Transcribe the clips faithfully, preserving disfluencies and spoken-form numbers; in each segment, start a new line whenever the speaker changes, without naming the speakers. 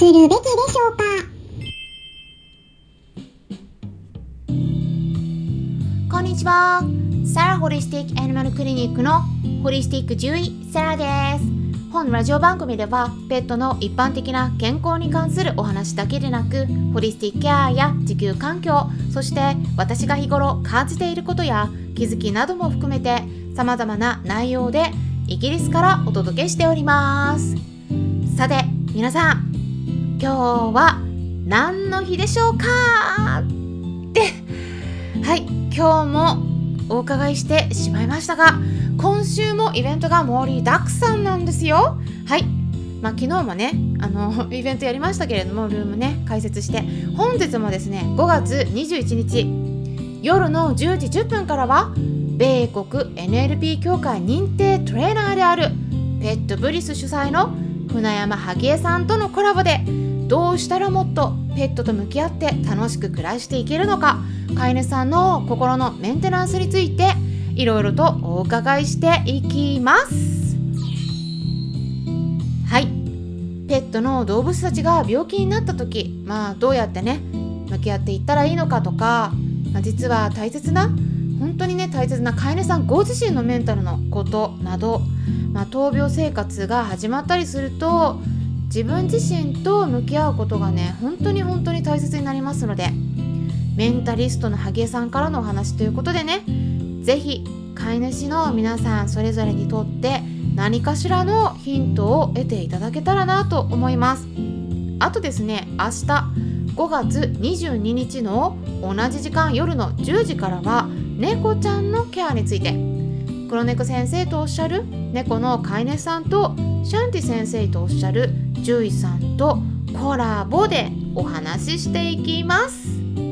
るべきでしょうか。
こんにちは。サラホリスティックアニマルクリニックのホリスティック獣医サラです。本ラジオ番組ではペットの一般的な健康に関するお話だけでなく、ホリスティックケアや地球環境、そして私が日頃感じていることや気づきなども含めて様々な内容でイギリスからお届けしております。さて皆さん、今日は何の日でしょうかって、はい、今日もお伺いしてしまいましたが、今週もイベントが盛りだくさんなんですよ。はい、まあ、昨日もねあのイベントやりましたけれども、ルームね解説して、本日もですねごがつにじゅういちにち夜のじゅうじじゅっぷんからは米国 エヌエルピー 協会認定トレーナーであるペットブリス主催の船山萩江さんとのコラボで、どうしたらもっとペットと向き合って楽しく暮らしていけるのか、飼い主さんの心のメンテナンスについていろいろとお伺いしていきます。はい、ペットの動物たちが病気になった時、まあどうやってね向き合っていったらいいのかとか、まあ、実は大切な本当にね大切な飼い主さんご自身のメンタルのことなど、まあ、闘病生活が始まったりすると自分自身と向き合うことがね本当に本当に大切になりますので、メンタリストの萩江さんからのお話ということでね、ぜひ飼い主の皆さんそれぞれにとって何かしらのヒントを得ていただけたらなと思います。あとですね、明日ごがつにじゅうににちの同じ時間夜のじゅうじからは猫ちゃんのケアについて、黒猫先生とおっしゃる猫の飼い主さんとシャンティ先生とおっしゃる獣医さんとコラボでお話ししていきます。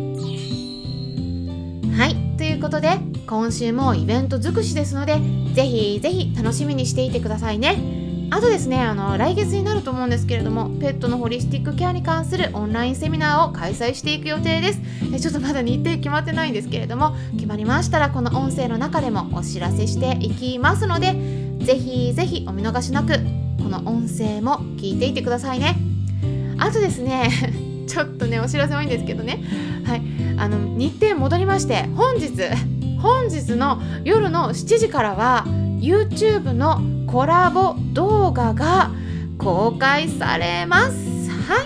はい、ということで今週もイベント尽くしですので、ぜひぜひ楽しみにしていてくださいね。あとですね、あの来月になると思うんですけれども、ペットのホリスティックケアに関するオンラインセミナーを開催していく予定です。えちょっとまだ日程決まってないんですけれども、決まりましたらこの音声の中でもお知らせしていきますので、ぜひぜひお見逃しなくこの音声も聞いていてくださいね。あとですねちょっとねお知らせ多いんですけどね、はい、あの日程戻りまして、本日本日の夜のしちじからは YouTube のコラボ動画が公開されます。はい、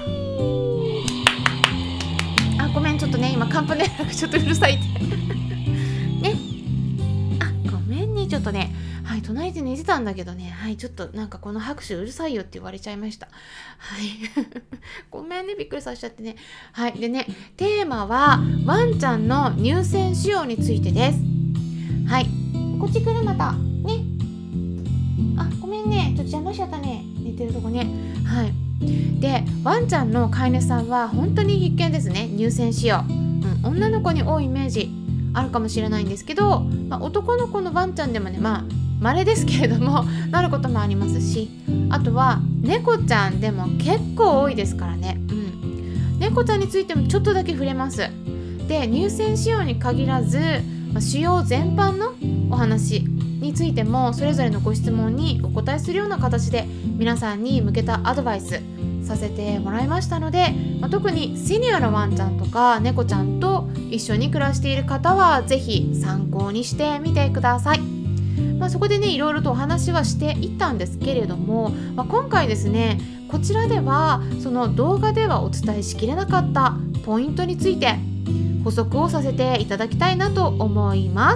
あ、ごめん、ちょっとね今カンパネラがちょっとうるさいってね、あ、ごめんね、ちょっとね、はい、隣で寝てたんだけどね、はい、ちょっとなんかこの拍手うるさいよって言われちゃいました。はいごめんね、びっくりさせちゃってね。はい、でね、テーマはワンちゃんの乳腺使用についてです。はい、こっち来る、またね、あ、ごめんね、ちょっと邪魔しちゃったね、寝てるとこね。はい、でワンちゃんの飼い主さんは本当に必見ですね、乳腺使用、うん、女の子に多いイメージあるかもしれないんですけど、まあ、男の子のワンちゃんでもね、まあ稀ですけれどもなることもありますし、あとは猫ちゃんでも結構多いですからね、うん、猫ちゃんについてもちょっとだけ触れます。で乳腺使用に限らず、まあ、使用全般のお話についてもそれぞれのご質問にお答えするような形で皆さんに向けたアドバイスさせてもらいましたので、まあ、特にシニアのワンちゃんとか猫ちゃんと一緒に暮らしている方はぜひ参考にしてみてください。まあ、そこでねいろいろとお話はしていったんですけれども、まあ、今回ですねこちらではその動画ではお伝えしきれなかったポイントについて補足をさせていただきたいなと思います。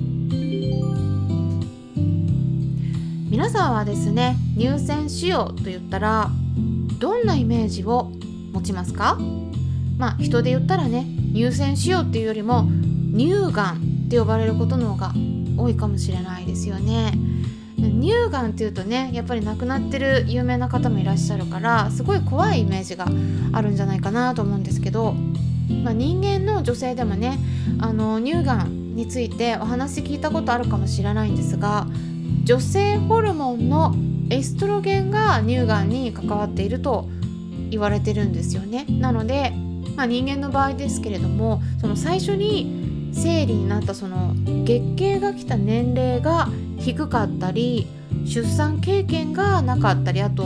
皆さんはですね、乳腺使用と言ったらどんなイメージを持ちますか？まあ人で言ったらね、乳腺使用っていうよりも乳がんって呼ばれることの方が多いかもしれないですよね。乳がんっていうとね、やっぱり亡くなってる有名な方もいらっしゃるからすごい怖いイメージがあるんじゃないかなと思うんですけど、まあ、人間の女性でもね、あの乳がんについてお話聞いたことあるかもしれないんですが、女性ホルモンのエストロゲンが乳がんに関わっていると言われてるんですよね。なので、まあ、人間の場合ですけれども、その最初に生理になったその月経が来た年齢が低かったり、出産経験がなかったり、あと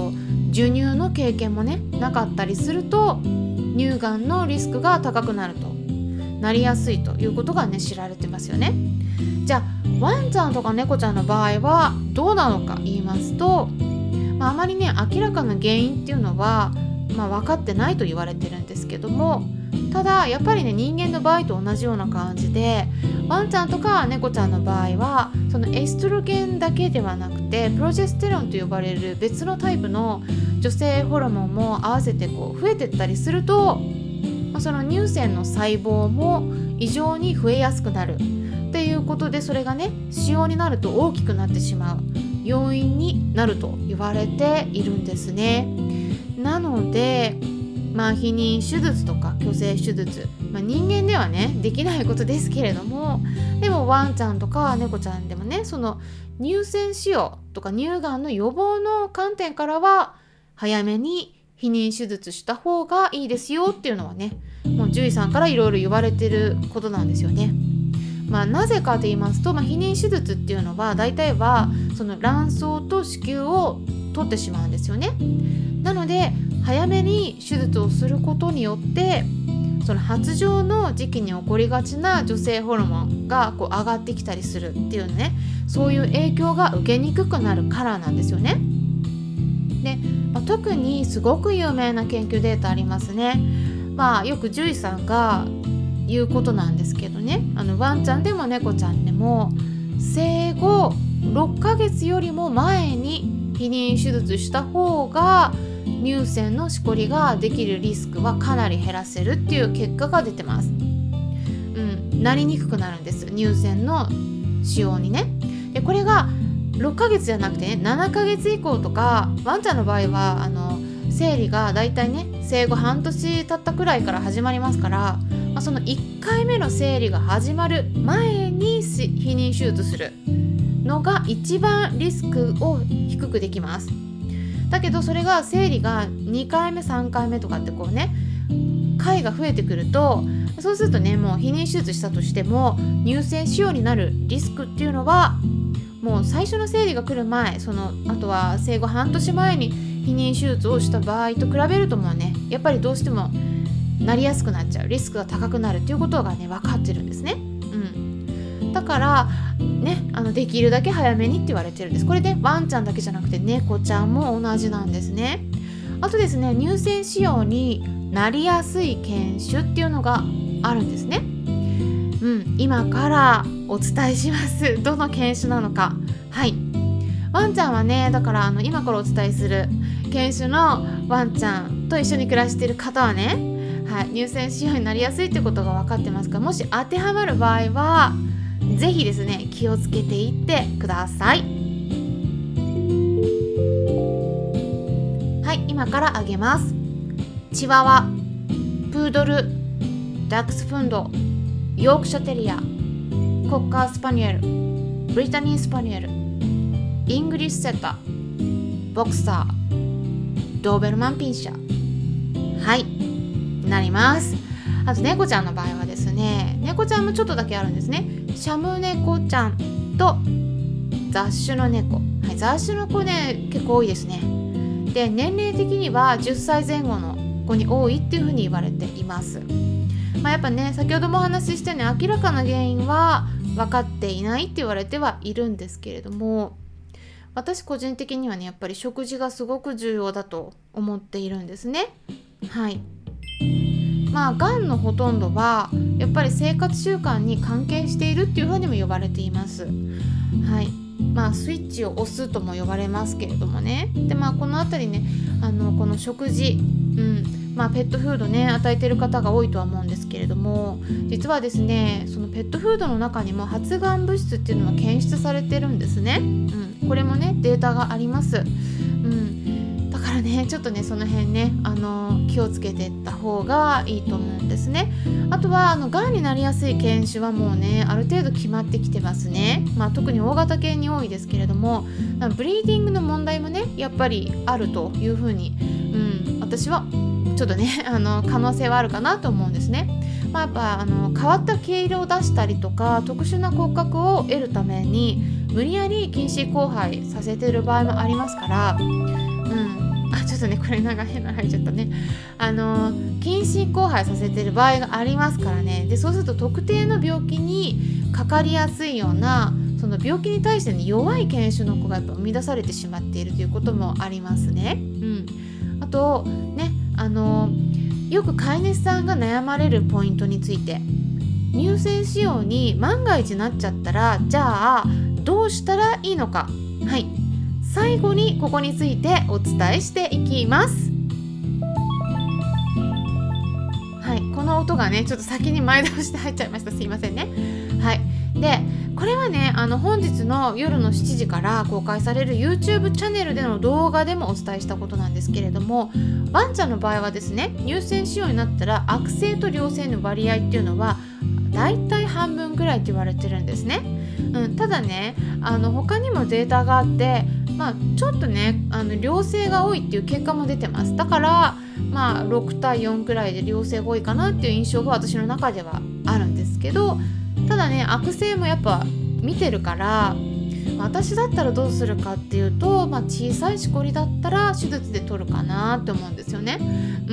授乳の経験もねなかったりすると乳がんのリスクが高くなるとなりやすいということがね知られてますよね。じゃあワンちゃんとか猫ちゃんの場合はどうなのか言いますと、まあ、あまりね明らかな原因っていうのは、まあ、分かってないと言われてるんですけども、ただやっぱりね人間の場合と同じような感じでワンちゃんとか猫ちゃんの場合はそのエストロゲンだけではなくてプロジェステロンと呼ばれる別のタイプの女性ホルモンも合わせてこう増えてったりすると、まあ、その乳腺の細胞も異常に増えやすくなるっていうことで、それがね腫瘍になると大きくなってしまう要因になると言われているんですね。なのでまあ避妊手術とか去勢手術、まあ、人間ではねできないことですけれども、でもワンちゃんとか猫ちゃんでもねその乳腺腫瘍とか乳がんの予防の観点からは早めに避妊手術した方がいいですよっていうのはねもう獣医さんからいろいろ言われてることなんですよね。まあ、なぜかと言いますと、まあ、避妊手術っていうのは大体はその卵巣と子宮を取ってしまうんですよね。なので早めに手術をすることによってその発情の時期に起こりがちな女性ホルモンがこう上がってきたりするっていうね、そういう影響が受けにくくなるからなんですよね。で、まあ、特にすごく有名な研究データありますね。まあよく獣医さんが言うことなんですけどね、あのワンちゃんでも猫ちゃんでも生後ろっかげつよりも前に避妊手術した方が乳腺のしこりができるリスクはかなり減らせるっていう結果が出てます。うん、なりにくくなるんです、乳腺の腫瘍にね。でこれがろっかげつじゃなくてねななかげつ以降とか、ワンちゃんの場合はあの生理がだいたいね生後半年経ったくらいから始まりますから、まあ、そのいっかいめの生理が始まる前に避妊手術するのが一番リスクを低くできます。だけどそれが生理がにかいめさんかいめとかってこうね回が増えてくると、そうするとねもう避妊手術したとしても乳腺腫瘍になるリスクっていうのはもう最初の生理が来る前、そのあとは生後半年前に避妊手術をした場合と比べるともうねやっぱりどうしてもなりやすくなっちゃう、リスクが高くなるっていうことがね分かってるんですね。うん、だからねあのできるだけ早めにって言われてるんです。これで、ね、ワンちゃんだけじゃなくて猫ちゃんも同じなんですね。あとですね乳腺腫瘍になりやすい犬種っていうのがあるんですね。うん、今からお伝えします。どの犬種なのか。はい、ワンちゃんはねだからあの今からお伝えする犬種のワンちゃんと一緒に暮らしている方はね、はい、乳腺腫瘍になりやすいってことが分かってますから、もし当てはまる場合はぜひですね気をつけていってください。はい、今からあげます。チワワ、プードル、ダックスフンド、ヨークシャテリア、コッカースパニエル、ブリタニースパニエル、イングリッシュセッター、ボクサー、ドーベルマンピンシャー、はいなります。あと猫ちゃんの場合はですね、猫ちゃんもちょっとだけあるんですね。シャム猫ちゃんと雑種の猫、はい、雑種の子ね結構多いですね。で年齢的にはじゅっさいぜん後の子に多いっていうふうに言われています。まあ、やっぱね先ほどもお話ししたように明らかな原因は分かっていないって言われてはいるんですけれども、私個人的にはねやっぱり食事がすごく重要だと思っているんですね。はい、まあがんのほとんどはやっぱり生活習慣に関係しているっていうふうにも呼ばれています。はい、まあスイッチを押すとも呼ばれますけれどもね。でまあこのあたりねあのこの食事、うんまあ、ペットフードね与えている方が多いとは思うんですけれども、実はですねそのペットフードの中にも発がん物質っていうのは検出されてるんですね。うん、これもねデータがあります。うん、だからねちょっとねその辺ねあの気をつけていった方がいいと思うんですね。あとはあのがんになりやすい犬種はもうねある程度決まってきてますね。まあ、特に大型犬に多いですけれども、ブリーディングの問題もねやっぱりあるというふうに、うん、私はちょっとねあの可能性はあるかなと思うんですね。まあ、やっぱあの変わった毛色を出したりとか特殊な骨格を得るために無理やり近視交配させてる場合もありますから、うん、あちょっっとねこれなんか変なの入っちゃったね。あの近視交配させてる場合がありますからね。でそうすると特定の病気にかかりやすいようなその病気に対しての弱い犬種の子がやっぱ生み出されてしまっているということもありますね。うん、あとねあのよく飼い主さんが悩まれるポイントについて、乳腺腫瘍に万が一なっちゃったらじゃあどうしたらいいのか、はい、最後にここについてお伝えしていきます。はい、この音がねちょっと先に前倒して入っちゃいました。すいませんね。はい、でこれはねあの本日の夜のしちじから公開される YouTube チャンネルでの動画でもお伝えしたことなんですけれども、ワンちゃんの場合はですね乳腺腫瘍になったら悪性と良性の割合っていうのはだいたい半分ぐらいって言われてるんですね。うん、ただねあの他にもデータがあって、まあ、ちょっとねあの良性が多いっていう結果も出てます。だからまあろくたいよんくらいで良性が多いかなっていう印象が私の中ではあるんですけど、ただね悪性もやっぱ見てるから私だったらどうするかっていうと、まあ、小さいしこりだったら手術で取るかなって思うんですよね。うん、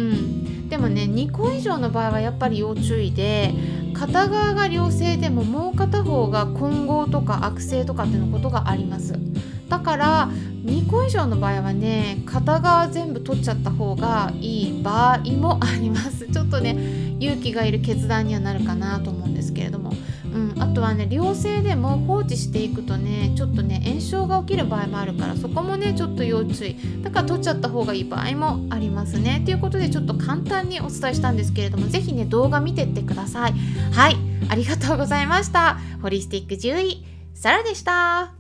でもねにこ以上の場合はやっぱり要注意で、片側が良性でももう片方が混合とか悪性とかっていうのことがあります。だからにこ以上の場合はね片側全部取っちゃった方がいい場合もあります。ちょっとね勇気がいる決断にはなるかなと思うんですけれども、うん、あとはね良性でも放置していくとねちょっとね炎症が起きる場合もあるから、そこもねちょっと要注意だから取っちゃった方がいい場合もありますねということで、ちょっと簡単にお伝えしたんですけれども、ぜひね動画見てってください。はい、ありがとうございました。ホリスティック獣医サラでした。